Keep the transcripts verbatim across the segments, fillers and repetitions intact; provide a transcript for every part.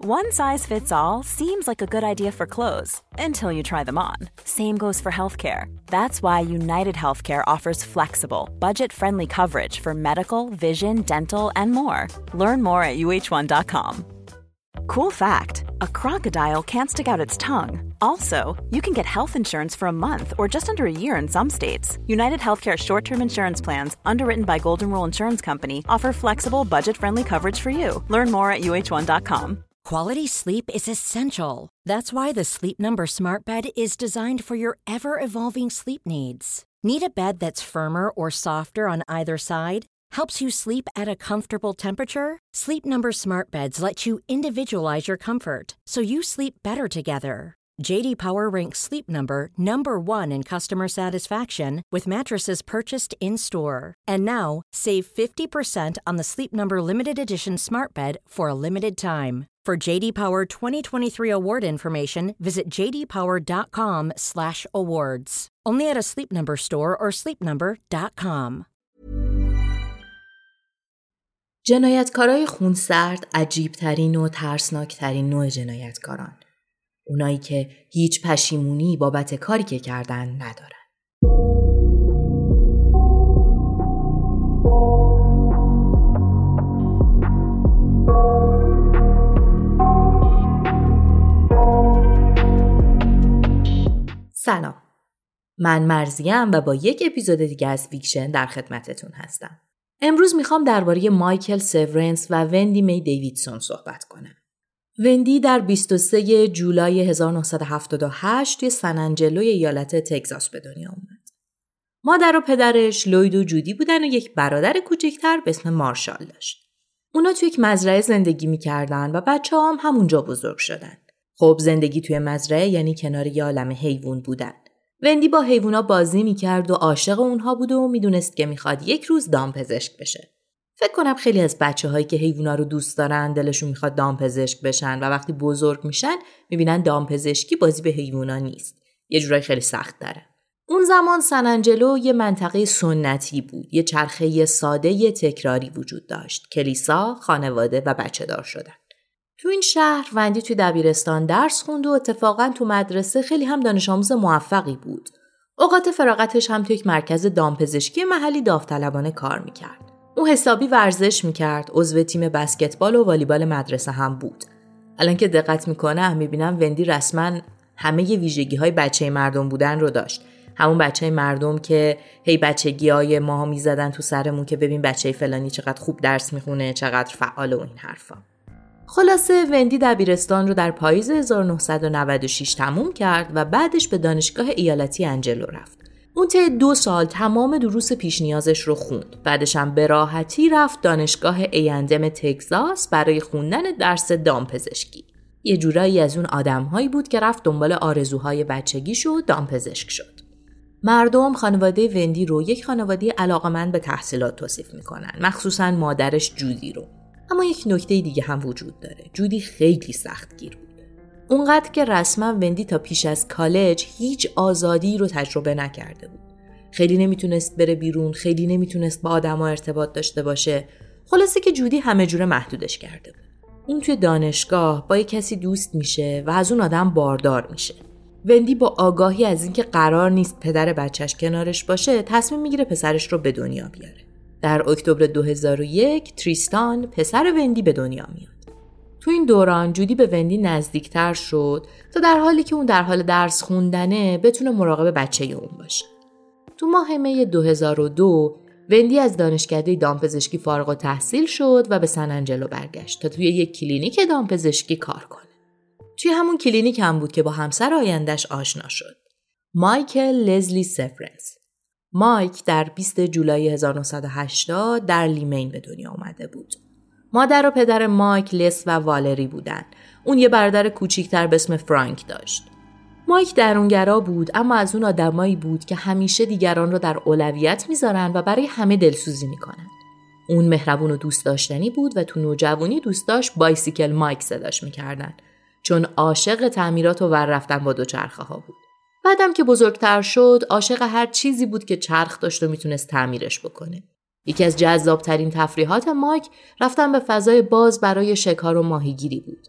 One size fits all seems like a good idea for clothes until you try them on. Same goes for healthcare. That's why United Healthcare offers flexible, budget-friendly coverage for medical, vision, dental, and more. Learn more at U H one dot com. Cool fact, a crocodile can't stick out its tongue. Also, you can get health insurance for a month or just under a year in some states. United Healthcare short-term insurance plans, underwritten by Golden Rule Insurance Company, offer flexible, budget-friendly coverage for you. Learn more at U H one dot com. Quality sleep is essential. That's why the Sleep Number Smart Bed is designed for your ever-evolving sleep needs. Need a bed that's firmer or softer on either side? Helps you sleep at a comfortable temperature? Sleep Number Smart Beds let you individualize your comfort, so you sleep better together. J D Power ranks Sleep Number number one in customer satisfaction with mattresses purchased in-store. And now, save fifty percent on the Sleep Number Limited Edition Smart Bed for a limited time. For J D Power twenty twenty-three award information, visit j d power dot com slash awards. Only at a Sleep Number store or sleep number dot com. جنایتکارای خونسرد عجیب‌ترین و ترسناک‌ترین نوع جنایتکاران. اونایی که هیچ پشیمونی بابت کاری که کردن ندارن. سلام. من مرزیم و با یک اپیزود دیگه از فیکشن در خدمتتون هستم. امروز میخوام درباره مایکل سیورنس و وندی می دیویدسون صحبت کنم. وندی در بیست و سوم جولای هزار و نهصد و هفتاد و هشت توی سن آنجلو ایالت تگزاس به دنیا اومد. مادر و پدرش لوید و جودی بودن و یک برادر کوچکتر به اسم مارشال داشت. اونا توی یک مزرعه زندگی میکردن و بچه‌ها هم همونجا بزرگ شدن. خب زندگی توی مزرعه یعنی کنار یه عالمه حیوان بودن. وندی با حیوونا بازی میکرد و عاشق اونها بود و میدونست که میخواد یک روز دامپزشک بشه. فکر کنم خیلی از بچه‌هایی که حیوونا رو دوست دارن دلشون میخواد دامپزشک بشن و وقتی بزرگ میشن میبینن دامپزشکی بازی به حیوونا نیست. یه جورایی خیلی سخت داره. اون زمان سن آنجلو یه منطقه سنتی بود. یه چرخه ساده یه تکراری وجود داشت. کلیسا، خانواده و بچه دار شدن. تو این شهر وندی توی دبیرستان درس خوند و اتفاقاً تو مدرسه خیلی هم دانش آموز موفقی بود. اوقات فراغتش هم تو یک مرکز دامپزشکی محلی داوطلبانه کار میکرد. اون حسابی ورزش میکرد، عضو تیم بسکتبال و والیبال مدرسه هم بود. الان که دقت میکنم میبینم وندی رسما همه ی ویژگی‌های بچه مردم بودن رو داشت. همون بچه مردم که هی بچگیای ماها میزدن تو سرمون که ببین بچه فلانی چقدر خوب درس میخونه، چقدر فعال و این حرفا. خلاصه وندی دبیرستان رو در پاییز هزار و نهصد و نود و شش تموم کرد و بعدش به دانشگاه ایالتی آنجلو رفت. اون طی دو سال تمام دروس پیش نیازش رو خوند. بعدش هم به راحتی رفت دانشگاه ای اند ام تگزاس برای خوندن درس دامپزشکی. یه جورایی از اون آدم‌هایی بود که رفت دنبال آرزوهای بچگیش و دامپزشک شد. مردم خانواده وندی رو یک خانواده علاقه‌مند به تحصیلات توصیف می‌کنن، مخصوصاً مادرش جودی رو. اما یک نکته دیگه هم وجود داره. جودی خیلی سختگیر بود. اونقدر که رسما وندی تا پیش از کالج هیچ آزادی رو تجربه نکرده بود. خیلی نمیتونست بره بیرون، خیلی نمیتونست با آدما ارتباط داشته باشه. خلاصه که جودی همه جوره محدودش کرده بود. اون توی دانشگاه با یک کسی دوست میشه و از اون آدم باردار میشه. وندی با آگاهی از اینکه قرار نیست پدر بچهش کنارش باشه، تصمیم میگیره پسرش رو به دنیا بیاره. در اکتبر دو هزار و یک تریستان پسر وندی به دنیا میاد. تو این دوران جودی به وندی نزدیکتر شد تا در حالی که اون در حال درس خوندنه بتونه مراقب بچه اون باشه. تو ماه می دو هزار و دو وندی از دانشکده دامپزشکی فارغ التحصیل شد و به سن آنجلو برگشت تا توی یک کلینیک دامپزشکی کار کنه. توی همون کلینیک هم بود که با همسر آینده‌اش آشنا شد. مایکل لزلی سیورنس. مایک در بیست جولای هزار و نهصد و هشتاد در لیمین به دنیا اومده بود. مادر و پدر مایک لس و والری بودن. اون یه برادر کوچیکتر به اسم فرانک داشت. مایک درونگرا بود، اما از اون آدمایی بود که همیشه دیگران رو در اولویت میذارن و برای همه دلسوزی میکنن. اون مهربون و دوست داشتنی بود و تو نوجوانی دوست داشت بایسیکل مایک صداش میکردن، چون عاشق تعمیرات و ور رفتن با دوچرخه ها بود. بعدم که بزرگتر شد عاشق هر چیزی بود که چرخ داشت و میتونست تعمیرش بکنه. یکی از جذابترین تفریحات مایک رفتن به فضای باز برای شکار و ماهیگیری بود.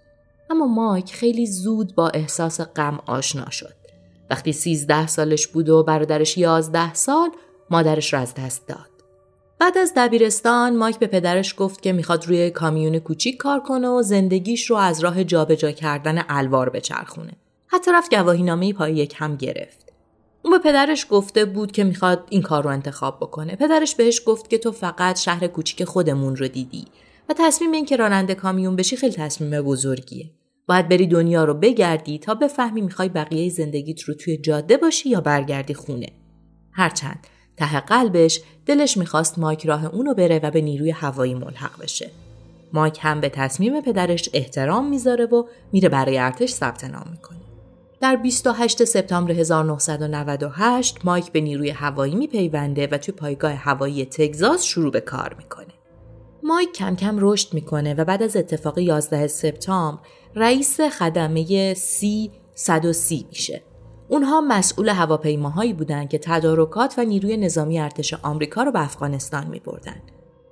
اما مایک خیلی زود با احساس غم آشنا شد. وقتی سیزده سالش بود و برادرش یازده سال، مادرش را از دست داد. بعد از دبیرستان مایک به پدرش گفت که میخواد روی کامیون کوچیک کار کنه و زندگیش رو از راه جابجا کردن الوار بچرخونه. حتی رفت گواهینامه پای یک هم گرفت. اون به پدرش گفته بود که میخواد این کار رو انتخاب بکنه. پدرش بهش گفت که تو فقط شهر کوچیک خودمون رو دیدی و تصمیم این که راننده کامیون بشی خیلی تصمیم بزرگیه. باید بری دنیا رو بگردی تا بفهمی میخوای بقیه زندگیت رو توی جاده باشی یا برگردی خونه. هرچند ته قلبش دلش میخواست مایک راه اونو بره و به نیروی هوایی ملحق بشه. مایک هم به تصمیم پدرش احترام میذاره و میره برای ارتش ثبت نام میکنه. در بیست و هشتم سپتامبر هزار و نهصد و نود و هشت مایک به نیروی هوایی میپیونده و توی پایگاه هوایی تگزاس شروع به کار میکنه. مایک کم کم رشد میکنه و بعد از اتفاق یازدهم سپتامبر رئیس خدمه سی صد و سی میشه. اونها مسئول هواپیماهایی بودن که تدارکات و نیروی نظامی ارتش آمریکا رو به افغانستان میبردن.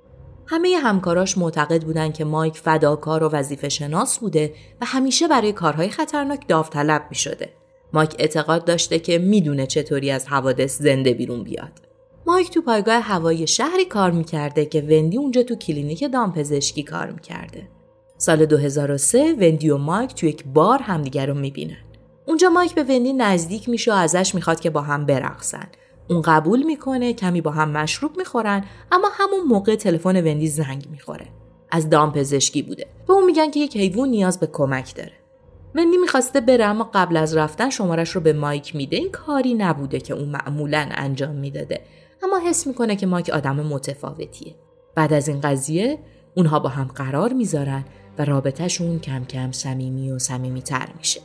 همه همکاراش معتقد بودن که مایک فداکار و وظیفه شناس بوده و همیشه برای کارهای خطرناک داوطلب میشده. مایک اعتقاد داشته که میدونه چطوری از حوادث زنده بیرون بیاد. مایک تو پایگاه هوایی شهری کار میکرده که وندی اونجا تو کلینیک دامپزشکی کار میکرده. سال دو هزار و سه وندی و مایک تو یک بار همدیگر رو میبینن. اونجا مایک به وندی نزدیک میشه و ازش میخواد که با هم برقصن. اون قبول میکنه، کمی با هم مشروب میخورن، اما همون موقع تلفن وندی زنگ میخوره. از دامپزشکی بوده. به اون میگن که یک حیوان نیاز به کمک داره. وندی میخواسته بره اما قبل از رفتن شمارش رو به مایک میده. این کاری نبوده که اون معمولاً انجام میداده، اما حس میکنه که مایک آدم متفاوتیه. بعد از این قضیه اونها با هم قرار میذارن و رابطهشون کم کم صمیمی و صمیمی‌تر میشه.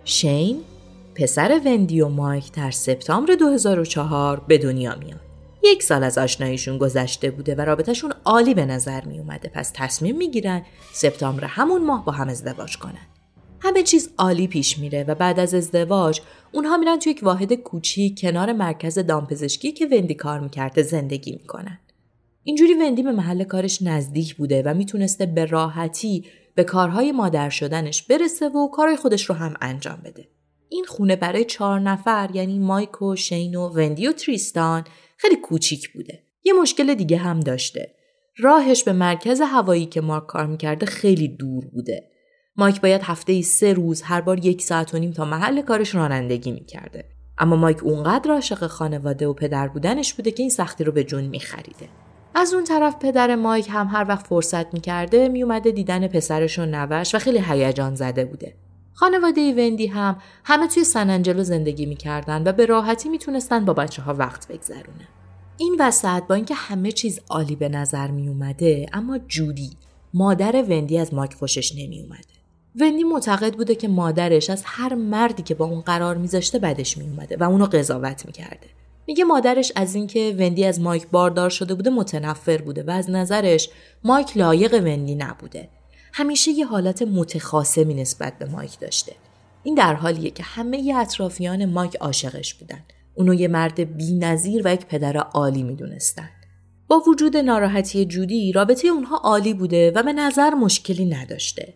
شین پسر وندی و مایک در سپتامبر دو هزار و چهار به دنیا میاد. یک سال از آشناییشون گذشته بوده و رابطهشون عالی به نظر می اومده. پس تصمیم میگیرن سپتامبر همون ماه با هم ازدواج کنن. همه چیز عالی پیش میره و بعد از ازدواج اونها میرن توی یک واحد کوچیک کنار مرکز دامپزشکی که وندی کار میکرده زندگی میکنن. اینجوری وندی به محل کارش نزدیک بوده و میتونسته به راحتی به کارهای مادر شدنش برسه و کارهای خودش رو هم انجام بده. این خونه برای چهار نفر یعنی مایک و شین و وندی و تریستان خیلی کوچیک بوده. یه مشکل دیگه هم داشته. راهش به مرکز هوایی که مارک کار میکرده خیلی دور بوده. مایک باید هفته‌ای سه روز هر بار یک ساعت و نیم تا محل کارش رانندگی میکرده. اما مایک اونقدر عاشق خانواده و پدر بودنش بوده که این سختی رو به جون میخریده. از اون طرف پدر مایک هم هر وقت فرصت میکرده میومده دیدن پسرش و نوش و خیلی هیجان زده بوده. خانواده وندی هم همه توی سن آنجلو زندگی میکردن و به راحتی میتونستن با بچه ها وقت بگذرونن. این وسط با اینکه همه چیز عالی به نظر میومده، اما جودی مادر وندی از مایک خوشش نمیومده. وندی معتقد بوده که مادرش از هر مردی که با اون قرار میذاشته بدش میومده و اونو قضاوت میکرده. میگه مادرش از اینکه وندی از مایک باردار شده بوده متنفر بوده و از نظرش مایک لایق وندی نبوده. همیشه یه حالت متخاصمی نسبت به مایک داشته. این در حالیه که همه اطرافیان مایک عاشقش بودن. اونو یه مرد بی‌نظیر و یک پدر عالی میدونستن. با وجود ناراحتی جودی رابطه اونها عالی بوده و به نظر مشکلی نداشته.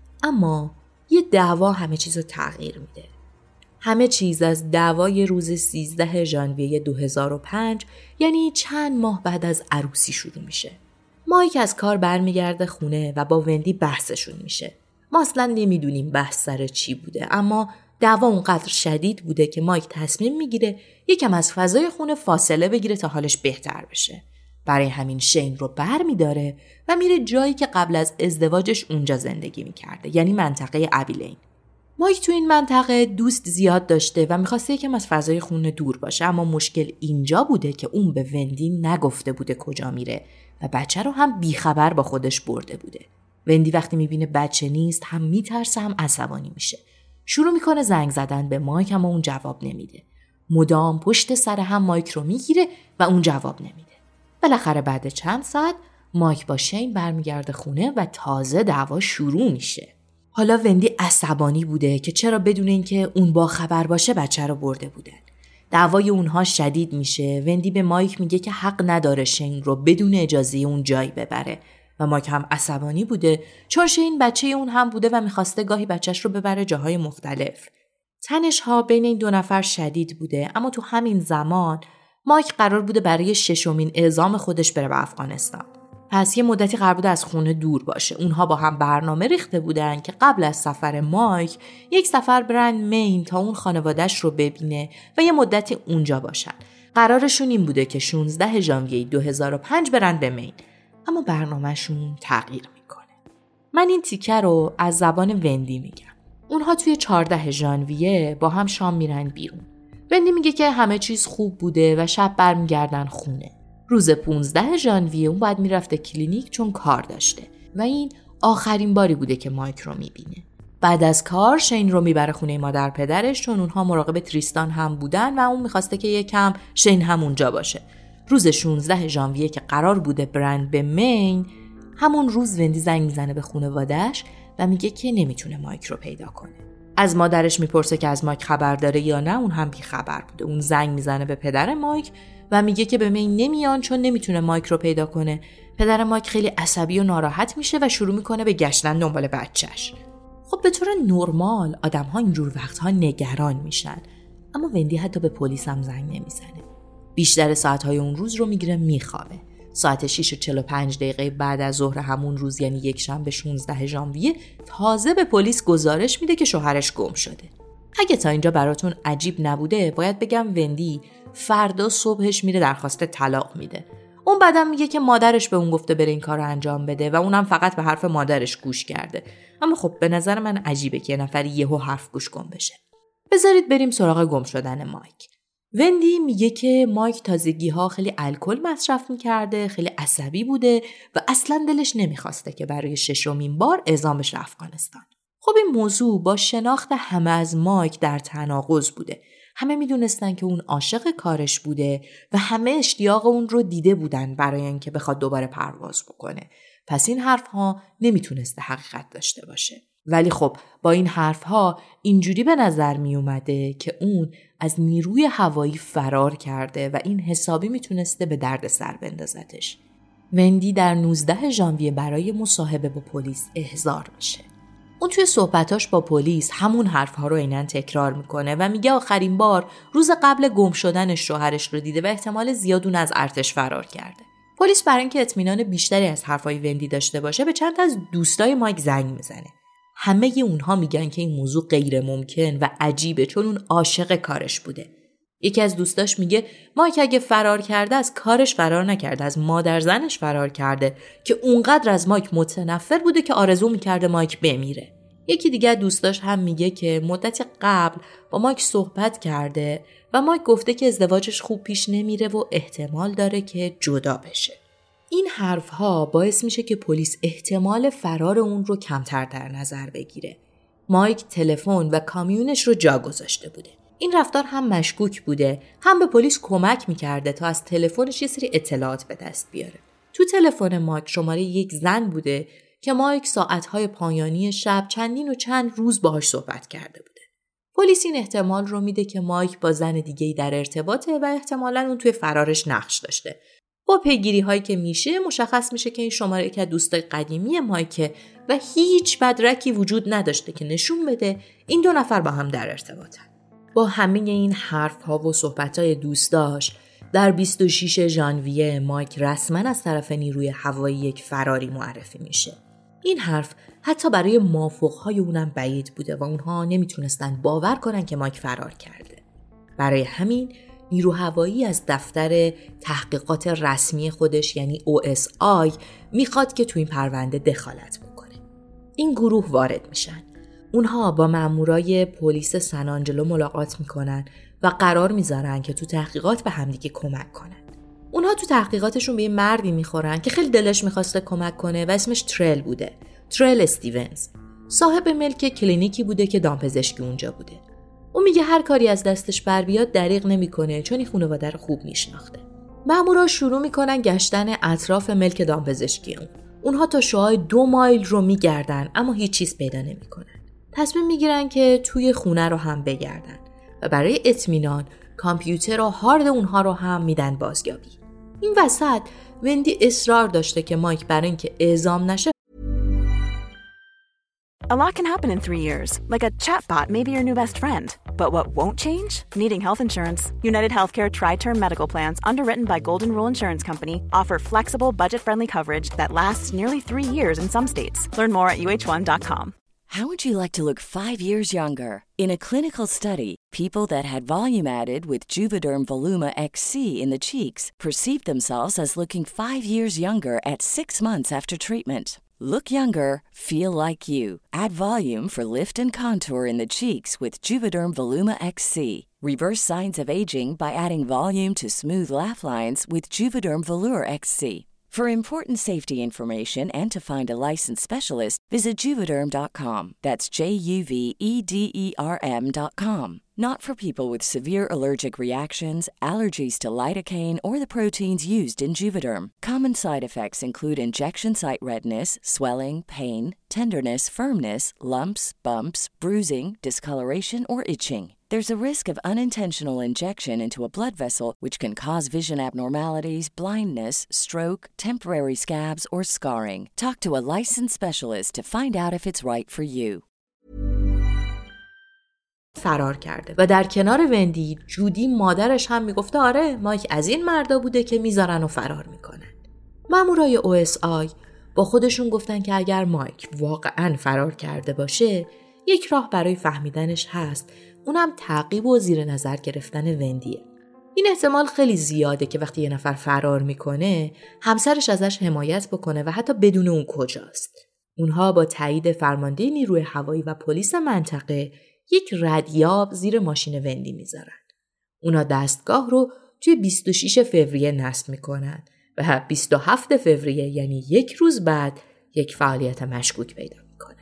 اما یه دعوا همه چیزو تغییر میده. همه چیز از دعوای روز سیزدهم ژانویه دو هزار و پنج یعنی چند ماه بعد از عروسی شروع میشه. مایک از کار برمیگرده خونه و با وندی بحثشون میشه. ما اصلا نمیدونیم بحث سر چی بوده، اما دعوا اونقدر شدید بوده که مایک تصمیم میگیره یکم از فضای خونه فاصله بگیره تا حالش بهتر بشه. برای همین شین رو برمیداره و میره جایی که قبل از ازدواجش اونجا زندگی میکرده، یعنی منطقه ابیلین. مایک تو این منطقه دوست زیاد داشته و میخواسته یکم از فضای خونه دور باشه، اما مشکل اینجا بوده که اون به وندی نگفته بوده کجا میره و بچه رو هم بیخبر با خودش برده بوده. وندی وقتی میبینه بچه نیست هم میترسه هم عصبانی میشه. شروع میکنه زنگ زدن به مایک اما اون جواب نمیده. مدام پشت سر هم مایک رو میگیره و اون جواب نمیده. بالاخره بعد چند ساعت مایک با شین برمیگرده خونه و تازه دعوا شروع میشه. حالا وندی عصبانی بوده که چرا بدون اینکه اون با خبر باشه بچه رو برده بودن. دعوای اونها شدید میشه. وندی به مایک میگه که حق نداره شین رو بدون اجازه اون جایی ببره و مایک هم عصبانی بوده چون شین بچه اون هم بوده و میخواسته گاهی بچهش رو ببره جاهای مختلف. تنش ها بین این دو نفر شدید بوده، اما تو همین زمان مایک قرار بوده برای ششمین اعزام خودش بره به افغانستان. پس یه مدتی قرار بوده از خونه دور باشه. اونها با هم برنامه ریخته بودن که قبل از سفر مایک یک سفر برن مین تا اون خانواده‌اش رو ببینه و یه مدتی اونجا باشن. قرارشون این بوده که شانزده ژانویه دو هزار و پنج برن به مین، اما برنامهشون تغییر میکنه. من این تیکه رو از زبان وندی میگم. اونها توی چهاردهم ژانویه با هم شام میرن بیرون. وندی میگه که همه چیز خوب بوده و شب برمیگردن خونه. روز پانزدهم ژانویه اون باید میرفته کلینیک چون کار داشته و این آخرین باری بوده که مایک رو میبینه. بعد از کار شین رو میبره خونه مادر پدرش چون اونها مراقب تریستان هم بودن و اون میخواسته که یکم شین هم اونجا باشه. روز شانزدهم ژانویه که قرار بوده برند به مین، همون روز وندی زنگ میزنه به خانواده‌اش و میگه که نمیتونه مایک رو پیدا کنه. از مادرش میپرسه که از مایک خبر داره یا نه، اون هم بی خبر بوده. اون زنگ میزنه به پدر مایک و میگه که به مین نمیان چون نمیتونه مایک رو پیدا کنه. پدر مایک خیلی عصبی و ناراحت میشه و شروع میکنه به گشتن دنبال بچهش. خب به طور نرمال آدم‌ها اینجور وقتها نگران میشن، اما وندی حتی به پلیس هم زنگ نمیزنه. بیشتر ساعت‌های اون روز رو میگیره میخوابه. ساعت شش و چهل و پنج دقیقه بعد از ظهر همون روز، یعنی یک شنبه شانزدهم ژانویه، تازه به پلیس گزارش میده که شوهرش گم شده. اگه تا اینجا براتون عجیب نبوده، باید بگم وندی فردا صبحش میره درخواست طلاق میده. اون بعدم میگه که مادرش به اون گفته بره این کار رو انجام بده و اونم فقط به حرف مادرش گوش کرده. اما خب به نظر من عجیبه که یه نفر یهو حرف گوش گم بشه. بذارید بریم سراغ گم شدن مایک. وندی میگه که مایک تازگی‌ها خیلی الکل مصرف میکرده، خیلی عصبی بوده و اصلا دلش نمیخواسته که برای ششمین بار اعزامش به افغانستان. خب این موضوع با شناخت همه از مایک در تناقض بوده. همه میدونستن که اون عاشق کارش بوده و همه اشتیاق اون رو دیده بودن برای اینکه بخواد دوباره پرواز بکنه. پس این حرف‌ها نمیتونسته حقیقت داشته باشه. ولی خب با این حرف‌ها اینجوری به نظر می اومده که اون از نیروی هوایی فرار کرده و این حسابی میتونسته به درد سر بندازتش. وندی در نوزدهم ژانویه برای مصاحبه با پلیس احضار میشه. اون توی صحبتاش با پلیس همون حرف‌ها رو عیناً تکرار میکنه و میگه آخرین بار روز قبل گم شدن شوهرش رو دیده و احتمال زیاد اون از ارتش فرار کرده. پلیس برای اینکه اطمینان بیشتری از حرفای وندی داشته باشه به چند تا از دوستای مایک زنگ میزنه. همه اونها میگن که این موضوع غیر ممکن و عجیبه چون اون عاشق کارش بوده. یکی از دوستاش میگه مایک اگه فرار کرده از کارش فرار نکرده، از مادر زنش فرار کرده که اونقدر از مایک متنفر بوده که آرزو میکرده مایک بمیره. یکی دیگه دوستاش هم میگه که مدت قبل با مایک صحبت کرده و مایک گفته که ازدواجش خوب پیش نمیره و احتمال داره که جدا بشه. این حرفها باعث میشه که پلیس احتمال فرار اون رو کمتر در نظر بگیره. مایک تلفن و کامیونش رو جا گذاشته بوده. این رفتار هم مشکوک بوده، هم به پلیس کمک میکرده تا از تلفنش یه سری اطلاعات به دست بیاره. تو تلفن مایک شماره یک زن بوده که مایک ساعتهای پایانی شب چندین و چند روز باهاش صحبت کرده بوده. پلیس این احتمال رو میده که مایک با زن دیگه‌ای در ارتباطه و احتمالاً اون توی فرارش نقش داشته. با پیگیری هایی که میشه مشخص میشه که این شماره که دوستای قدیمی مایکه و هیچ مدرکی وجود نداشته که نشون بده این دو نفر با هم در ارتباطن. با همه این حرف ها و صحبت های دوستاش در بیست و ششم ژانویه مایک رسما از طرف نیروی هوایی یک فراری معرفی میشه. این حرف حتی برای مافوقهای اونم بعید بوده و اونها نمیتونستن باور کنن که مایک فرار کرده. برای همین نیرو هوایی از دفتر تحقیقات رسمی خودش یعنی او اس آی میخواد که تو این پرونده دخالت بکنه. این گروه وارد میشن. اونها با مامورای پلیس سن آنجلو ملاقات میکنن و قرار میذارن که تو تحقیقات به همدیگه کمک کنن. اونها تو تحقیقاتشون به یه مردی میخورن که خیلی دلش میخواسته کمک کنه و اسمش ترل بوده. ترل استیونز. صاحب ملک کلینیکی بوده که دامپزشکی اونجا بوده. اون میگه هر کاری از دستش بر بیاد دریغ نمیکنه چون این خانواده رو خوب میشناخته. مامورا شروع میکنن گشتن اطراف ملک دامپزشکی اون. اونها تا شعاع دو مایل رو میگردن اما هیچ چیز پیدا نمیکنن. تصمیم میگیرن که توی خونه رو هم بگردن و برای اطمینان کامپیوتر و هارد اونها رو هم میدن بازیابی. این وسط وندی اصرار داشته که مایک برای اینکه اعزام نشه. A lot can happen in three years, like a chatbot may be your new best friend. But what won't change? Needing health insurance. United Healthcare Tri-Term Medical Plans, underwritten by Golden Rule Insurance Company, offer flexible, budget-friendly coverage that lasts nearly three years in some states. Learn more at U H one dot com. How would you like to look five years younger? In a clinical study, people that had volume added with Juvederm Voluma X C in the cheeks perceived themselves as looking five years younger at six months after treatment. Look younger, feel like you. Add volume for lift and contour in the cheeks with Juvederm Voluma X C. Reverse signs of aging by adding volume to smooth laugh lines with Juvederm Volure X C. For important safety information and to find a licensed specialist, visit Juvederm dot com. That's J U V E D E R M dot com. Not for people with severe allergic reactions, allergies to lidocaine, or the proteins used in Juvederm. Common side effects include injection site redness, swelling, pain, tenderness, firmness, lumps, bumps, bruising, discoloration, or itching. There's a risk of unintentional injection into a blood vessel, which can cause vision abnormalities, blindness, stroke, temporary scabs, or scarring. Talk to a licensed specialist to find out if it's right for you. فرار کرده و در کنار وندی جودی مادرش هم میگفته آره مایک از این مردا بوده که میذارن و فرار میکنن. مامورای او اس آی با خودشون گفتن که اگر مایک واقعا فرار کرده باشه یک راه برای فهمیدنش هست، اونم تعقیب و زیر نظر گرفتن وندیه. این احتمال خیلی زیاده که وقتی یه نفر فرار میکنه همسرش ازش حمایت بکنه و حتی بدون اون کجاست. اونها با تایید فرمانده نیروی هوایی و پلیس منطقه یک ردیاب زیر ماشین وندی میذارن. اونا دستگاه رو توی بیست و شش فوریه نصب میکنن و بیست و هفت فوریه یعنی یک روز بعد یک فعالیت مشکوک پیدا میکنن.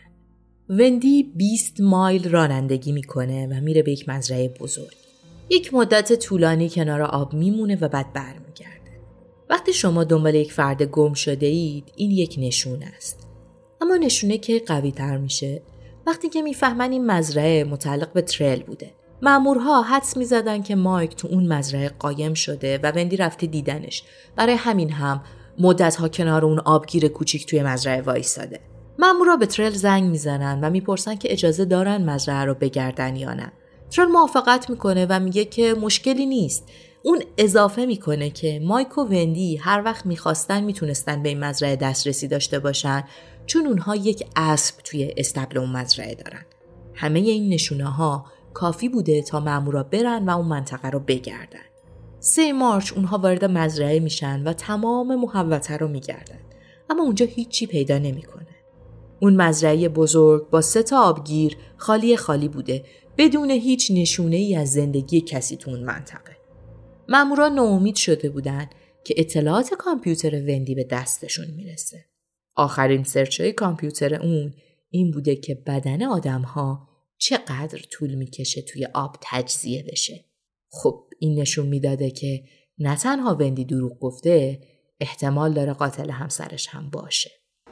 وندی بیست مایل رانندگی میکنه و میره به یک مزرعه بزرگ. یک مدت طولانی کنار آب میمونه و بعد برمیگرده. وقتی شما دنبال یک فرد گم شده اید این یک نشونه است. اما نشونه که قوی تر میشه وقتی که میفهمن این مزرعه متعلق به تریل بوده. مامورها حدس میزدن که مایک تو اون مزرعه قایم شده و وندی رفته دیدنش. برای همین هم مدت‌ها کنار اون آبگیر کوچیک توی مزرعه وایساده. مامورها به تریل زنگ میزنن و میپرسن که اجازه دارن مزرعه رو بگردن یا نه. تریل موافقت میکنه و میگه که مشکلی نیست. اون اضافه میکنه که مایک و وندی هر وقت میخواستن میتونستن به این مزرعه دسترسی داشته باشن چون اونها یک اسب توی استبل اون مزرعه دارن. همه این نشونه ها کافی بوده تا مامورا برن و اون منطقه رو بگردن. سه مارچ اونها وارد مزرعه میشن و تمام محوطه رو میگردن. اما اونجا هیچی پیدا نمیکنه. اون مزرعه بزرگ با سه تا آبگیر خالی خالی بوده بدون هیچ نشونه ای از زندگی کسی تو اون منطقه. مامورا ناامید شده بودن که اطلاعات کامپیوتر وندی به دستشون میرسه. آخرین سرچای کامپیوتر اون این بوده که بدن آدم‌ها چقدر طول میکشه توی آب تجزیه بشه. خب این نشون میداده که نه تنها وندی دروغ گفته، احتمال داره قاتل همسرش هم باشه.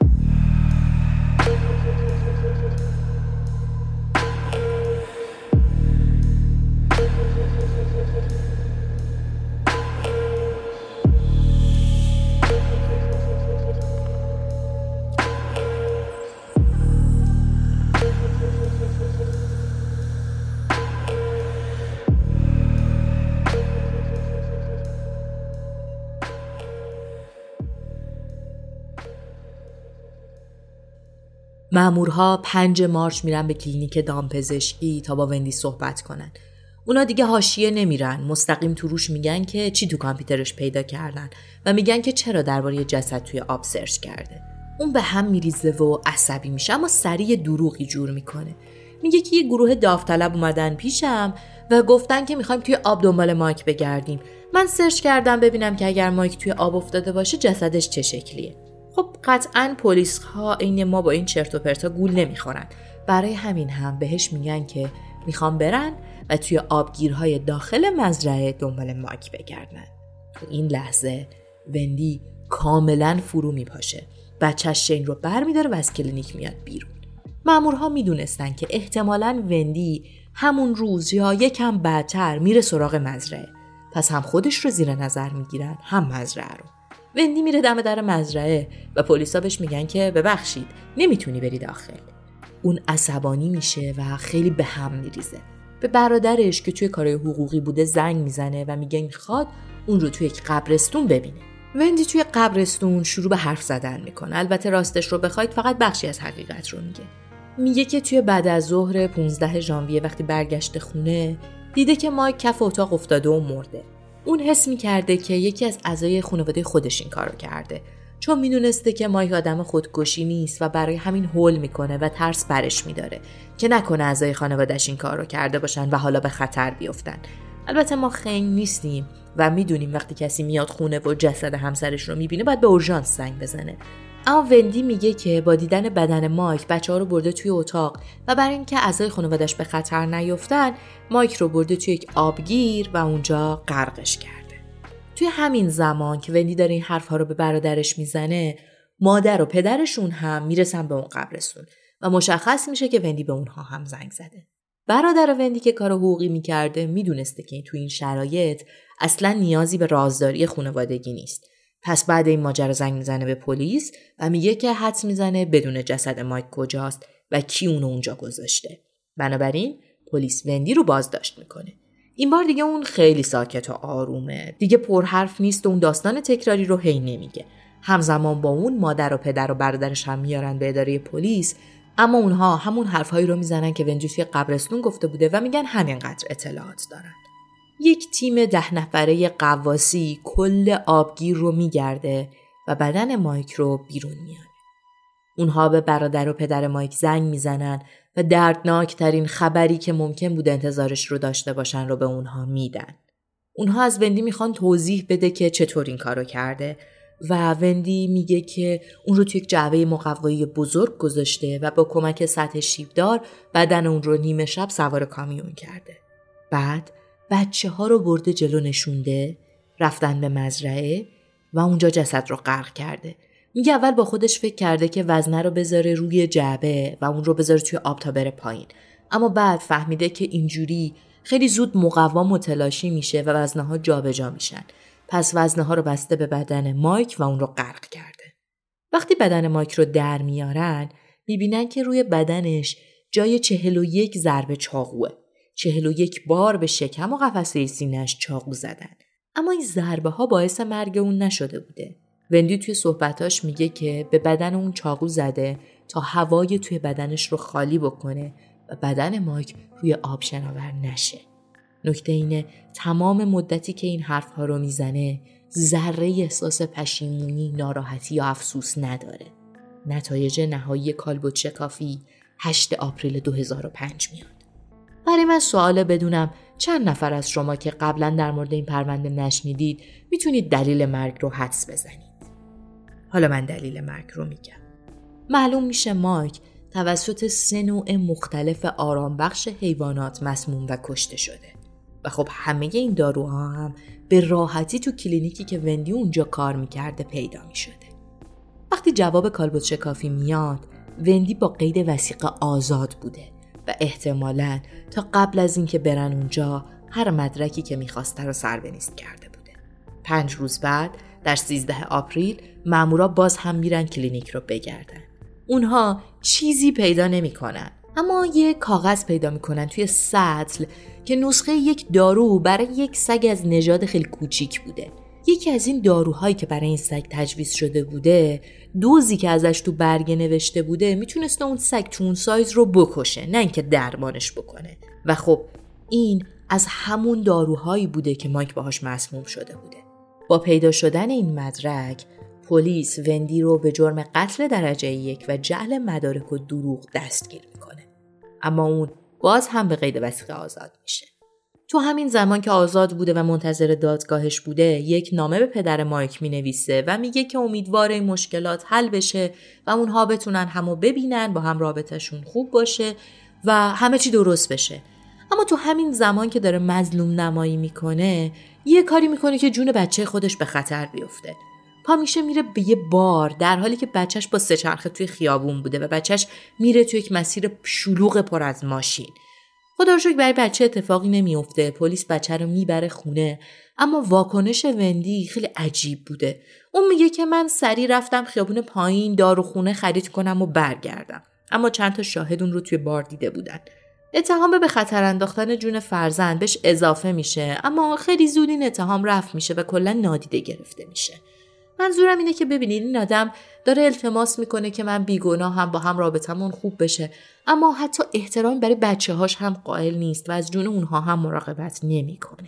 مامورها پنج مارچ میرن به کلینیک دامپزشکی تا با وندی صحبت کنن. اونا دیگه حاشیه نمیرن، مستقیم تو روش میگن که چی تو کامپیوترش پیدا کردن و میگن که چرا درباره جسد توی آب سرچ کرده. اون به هم میریزه و عصبی میشه اما سریع دروغی جور میکنه. میگه که یه گروه داوطلب اومدن پیشم و گفتن که میخوایم توی آب دنبال مایک بگردیم. من سرچ کردم ببینم که اگر مایک توی آب افتاده باشه جسدش چه شکلیه. خب قطعاً پلیس ها عین ما با این چرت و پرتا گول نمیخورن. برای همین هم بهش میگن که میخوان برن و توی آبگیرهای داخل مزرعه دنبال مایک بگردن. تو این لحظه وندی کاملاً فرو میپاشه. بچه‌ش شین رو برمی‌داره و از کلینیک میاد بیرون. مامورها میدونستن که احتمالاً وندی همون روز یا یکم بعدتر میره سراغ مزرعه پس هم خودش رو زیر نظر میگیرن هم مزرعه رو. وندی میره دم در مزرعه و پلیسا بهش میگن که ببخشید نمیتونی بری داخل. اون عصبانی میشه و خیلی به هم میریزه. به برادرش که توی کارهای حقوقی بوده زنگ میزنه و میگه میخواد اون رو توی یک قبرستون ببینه. وندی توی قبرستون شروع به حرف زدن میکنه. البته راستش رو بخواید فقط بخشی از حقیقت رو میگه. میگه که توی بعد از ظهر پانزده ژانویه وقتی برگشته خونه دیده که مایک کف اتاق افتاده و مرده. اون حس میکرده که یکی از اعضای خانواده خودش این کارو کرده، چون میدونسته که مایک آدم خودکشی نیست و برای همین هول میکنه و ترس برش میداره که نکنه اعضای خانواده‌اش این کارو کرده باشن و حالا به خطر بیفتن. البته ما خنگ نیستیم و میدونیم وقتی کسی میاد خونه و جسد همسرش رو میبینه باید به اورژانس زنگ بزنه. اما وندی میگه که با دیدن بدن مایک بچه‌ها رو برده توی اتاق و برای اینکه اعضای خانواده‌اش به خطر نیفتن مایک رو برده توی یک آبگیر و اونجا غرقش کرده. توی همین زمان که وندی داره این حرف‌ها رو به برادرش میزنه، مادر و پدرشون هم میرسن به اون قبرستون و مشخص میشه که وندی به اونها هم زنگ زده. برادر وندی که کار حقوقی میکرده میدونسته که توی این شرایط اصلا نیازی به رازداری خانوادگی نیست. پس بعد این ماجرا زنگ میزنه به پلیس و میگه که حدس میزنه بدون جسد مایک کجاست و کی اونو اونجا گذاشته. بنابراین پلیس وندی رو بازداشت میکنه. این بار دیگه اون خیلی ساکت و آرومه. دیگه پرحرف نیست و اون داستان تکراری رو هی نمیگه. همزمان با اون مادر و پدر و برادرش هم میارن به اداره پلیس، اما اونها همون حرفایی رو میزنن که وندی توی قبرستون گفته بوده و میگن همینقدر اطلاعات دارن. یک تیم ده نفره غواصی کل آبگیر رو میگرده و بدن مایک رو بیرون میاره. اونها به برادر و پدر مایک زنگ میزنن و دردناکترین خبری که ممکن بود انتظارش رو داشته باشن رو به اونها میدن. اونها از وندی میخوان توضیح بده که چطور این کارو کرده و وندی میگه که اون رو توی یک جعبه مقوایی بزرگ گذاشته و با کمک سطح شیبدار بدن اون رو نیمه شب سوار کامیون کرده. بعد بچه ها رو برده جلو نشونده، رفتن به مزرعه و اونجا جسد رو غرق کرده. میگه اول با خودش فکر کرده که وزنه رو بذاره روی جعبه و اون رو بذاره توی آب تا بره پایین، اما بعد فهمیده که اینجوری خیلی زود مقوا متلاشی میشه و وزنه ها جابجا میشن. پس وزنه ها رو بسته به بدن مایک و اون رو غرق کرده. وقتی بدن مایک رو در میارن میبینن که روی بدنش جای چهل و یک ضربه چاقوه. چهل و یک بار به شکم و قفسه سینه‌اش چاقو زدن. اما این ضربه ها باعث مرگ اون نشده بوده. وندی توی صحبتاش میگه که به بدن اون چاقو زده تا هوای توی بدنش رو خالی بکنه و بدن مایک روی آب شناور نشه. نکته اینه تمام مدتی که این حرفها رو میزنه ذره احساس پشیمونی، ناراحتی یا افسوس نداره. نتایج نهایی کالبد شکافی هشتم آپریل دو هزار و پنج میاد. برای من سواله بدونم چند نفر از شما که قبلا در مورد این پرونده نشنیدید میتونید دلیل مرگ رو حدس بزنید. حالا من دلیل مرگ رو میگم. معلوم میشه مایک توسط سه نوع مختلف آرامبخش حیوانات مسموم و کشته شده. و خب همه این داروها هم به راحتی تو کلینیکی که وندی اونجا کار میکرده پیدا میشده. وقتی جواب کالبد شکافی میاد، وندی با قید وثیقه آزاد بوده و احتمالاً تا قبل از اینکه برن اونجا هر مدرکی که میخواسته رو سربنیست کرده بوده. پنج روز بعد در سیزدهم آپریل مامورا باز هم میرن کلینیک رو بگردن. اونها چیزی پیدا نمیکنن، اما یه کاغذ پیدا میکنن توی سطل که نسخه یک دارو برای یک سگ از نژاد خیلی کوچیک بوده. یکی از این داروهایی که برای این سگ تجویز شده بوده، دوزی که ازش تو برگه نوشته بوده میتونسته اون سگ تو اون سایز رو بکشه، نه اینکه درمانش بکنه. و خب این از همون داروهایی بوده که مایک باهاش مسموم شده بوده. با پیدا شدن این مدرک، پلیس وندی رو به جرم قتل درجه یک و جعل مدارک و دروغ دستگیر میکنه. اما اون باز هم به قید وثیقه آزاد میشه. تو همین زمان که آزاد بوده و منتظر دادگاهش بوده، یک نامه به پدر مایک مینویسه و میگه که امیدواره این مشکلات حل بشه و اونها بتونن همو ببینن، با هم رابطهشون خوب باشه و همه چی درست بشه. اما تو همین زمان که داره مظلوم نمایی میکنه، یه کاری میکنه که جون بچه خودش به خطر بیفته. پا میشه میره به یه بار در حالی که بچهش با سه چرخه توی خیابون بوده و بچهش میره توی یک مسیر شلوغ پر از ماشین. خدا رو شکر برای بچه اتفاقی نمیفته. پلیس بچه رو میبره خونه. اما واکنش وندی خیلی عجیب بوده. اون میگه که من سریع رفتم خیابون پایین داروخونه خرید کنم و برگردم. اما چند تا شاهد اون رو توی بار دیده بودن. اتهام به خطر انداختن جون فرزند بهش اضافه میشه، اما خیلی زود این اتهام رفع میشه و کلا نادیده گرفته میشه. منظورم اینه که ببینید این آدم داره التماس میکنه که من بیگناه هم با هم رابطمون خوب بشه، اما حتی احترام برای بچه‌هاش هم قائل نیست و از جون اونها هم مراقبت نمیکنه.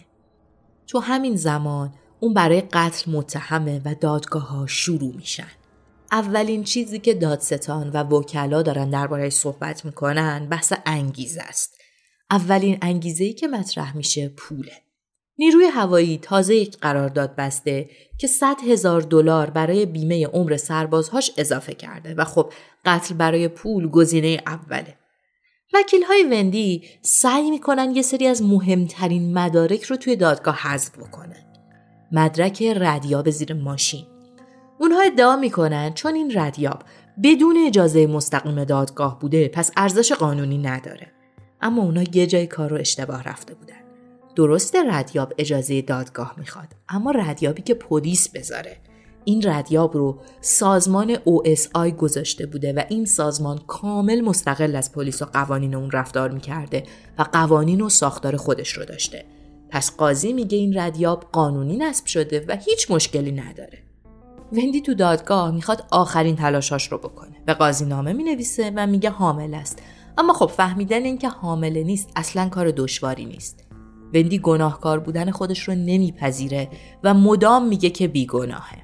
تو همین زمان اون برای قتل متهمه و دادگاه‌ها شروع میشن. اولین چیزی که دادستان و وکلا دارن درباره‌اش صحبت میکنن بحث انگیزه است. اولین انگیزه‌ای که مطرح میشه پوله. نیروی هوایی تازه یک قرارداد بسته که صد هزار دلار برای بیمه عمر سربازهاش اضافه کرده و خب قتل برای پول گزینه اوله. وکیل‌های وندی سعی میکنن یه سری از مهمترین مدارک رو توی دادگاه حذف بکنن. مدرک ردیاب زیر ماشین. اونها ادعا میکنن چون این ردیاب بدون اجازه مستقیم دادگاه بوده پس ارزش قانونی نداره. اما اونا یه جای کار رو اشتباه رفته بودن. درسته ردیاب اجازه دادگاه میخواد، اما ردیابی که پلیس بذاره. این ردیاب رو سازمان او اس آی گذاشته بوده و این سازمان کامل مستقل از پلیس و قوانین اون رفتار میکرده و قوانین و ساختار خودش رو داشته. پس قاضی میگه این ردیاب قانونی نصب شده و هیچ مشکلی نداره. وندی تو دادگاه میخواد آخرین تلاشاش رو بکنه. به قاضی نامه مینویسه و میگه حامل است. اما خب فهمیدن این که حامله نیست اصلاً کار دشواری نیست. وندی گناهکار بودن خودش رو نمیپذیره و مدام میگه که بیگناهه.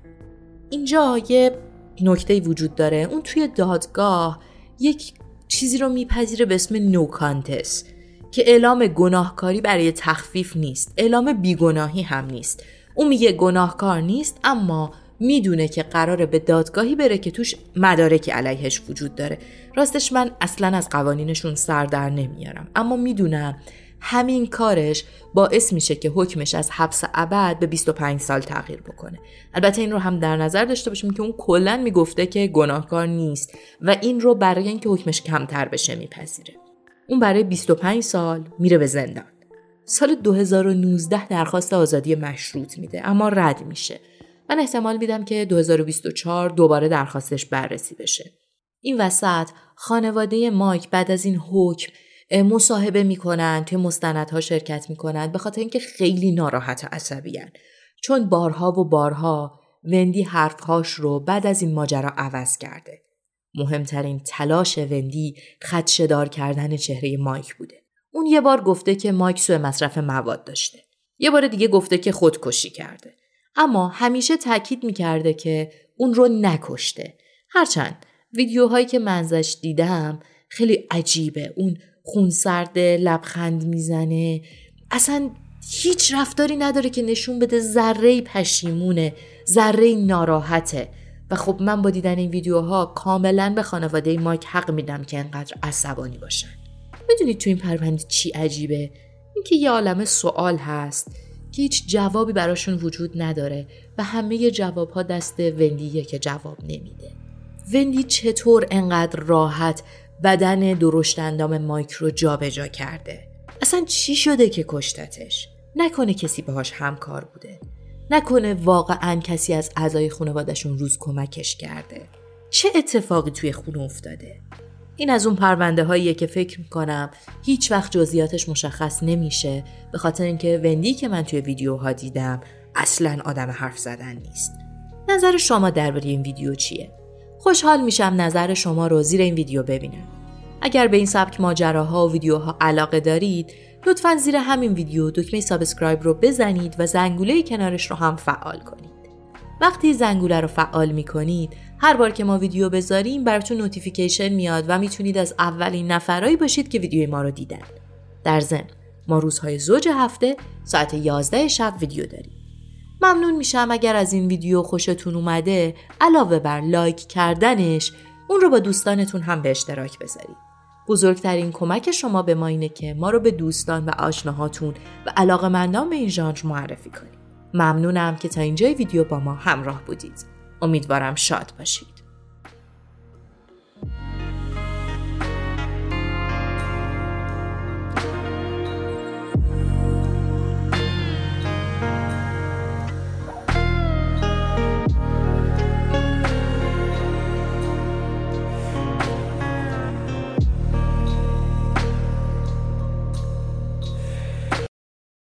اینجا یه نکته وجود داره. اون توی دادگاه یک چیزی رو میپذیره به اسم نو کانتس که اعلام گناهکاری برای تخفیف نیست، اعلام بیگناهی هم نیست. اون میگه گناهکار نیست اما میدونه که قراره به دادگاهی بره که توش مدارکی علیهش وجود داره. راستش من اصلا از قوانینشون سر در نمیارم، اما میدونم همین کارش باعث میشه که حکمش از حبس ابد به بیست و پنج سال تغییر بکنه. البته این رو هم در نظر داشته باشیم که اون کلاً میگفته که گناهکار نیست و این رو برای اینکه حکمش کمتر بشه میپذیره. اون برای بیست و پنج سال میره به زندان. سال دو هزار و نوزده درخواست آزادی مشروط میده اما رد میشه. من احتمال میدم که دو هزار و بیست و چهار دوباره درخواستش بررسی بشه. این وسط خانواده مایک بعد از این حکم مصاحبه میکنن، توی مستندها شرکت میکنن به خاطر اینکه خیلی ناراحت و عصبی‌ان. چون بارها و بارها وندی حرفهاش رو بعد از این ماجرا عوض کرده. مهمترین تلاش وندی خدشه‌دار کردن چهره مایک بوده. اون یه بار گفته که مایک سوء مصرف مواد داشته. یه بار دیگه گفته که خودکشی کرده. اما همیشه تاکید میکرده که اون رو نکشته. هرچند ویدیوهایی که من ازش دیدم خیلی عجیبه. اون خونسرد، لبخند میزنه، اصلا هیچ رفتاری نداره که نشون بده ذره پشیمونه، ذره ناراحته. و خب من با دیدن این ویدیوها کاملا به خانواده مایک حق میدم که انقدر عصبانی باشن. میدونید تو این پرونده چی عجیبه؟ اینکه یه عالمه سوال هست که هیچ جوابی براشون وجود نداره و همه جوابها دست وندیه که جواب نمیده. وندی چطور انقدر راحت بدن درشت اندام مایک رو جا به جا کرده؟ اصلا چی شده که کشتتش؟ نکنه کسی باهاش همکار بوده؟ نکنه واقعا کسی از اعضای خانواده‌شون روز کمکش کرده؟ چه اتفاقی توی خونه افتاده؟ این از اون پرونده هاییه که فکر میکنم هیچ وقت جزئیاتش مشخص نمیشه، به خاطر اینکه وندی که من توی ویدیوها دیدم اصلاً آدم حرف زدن نیست. نظر شما درباره این ویدیو چیه؟ خوشحال میشم نظر شما رو زیر این ویدیو ببینم. اگر به این سبک ماجراها و ویدیوها علاقه دارید، لطفاً زیر همین ویدیو دکمه سابسکرایب رو بزنید و زنگوله کنارش رو هم فعال کنید. وقتی زنگوله رو فعال میکنید، هر بار که ما ویدیو بذاریم براتون نوتیفیکیشن میاد و میتونید از اولین نفرایی باشید که ویدیوی ما رو دیدن. در ضمن ما روزهای زوج هفته ساعت یازده شب ویدیو داریم. ممنون میشم اگر از این ویدیو خوشتون اومده علاوه بر لایک کردنش اون رو با دوستانتون هم به اشتراک بذارید. بزرگترین کمک شما به ما اینه که ما رو به دوستان و آشناهاتون و علاقه‌مندان به این ژانر معرفی کنید. ممنونم که تا اینجای ویدیو با ما همراه بودید. امیدوارم شاد باشید.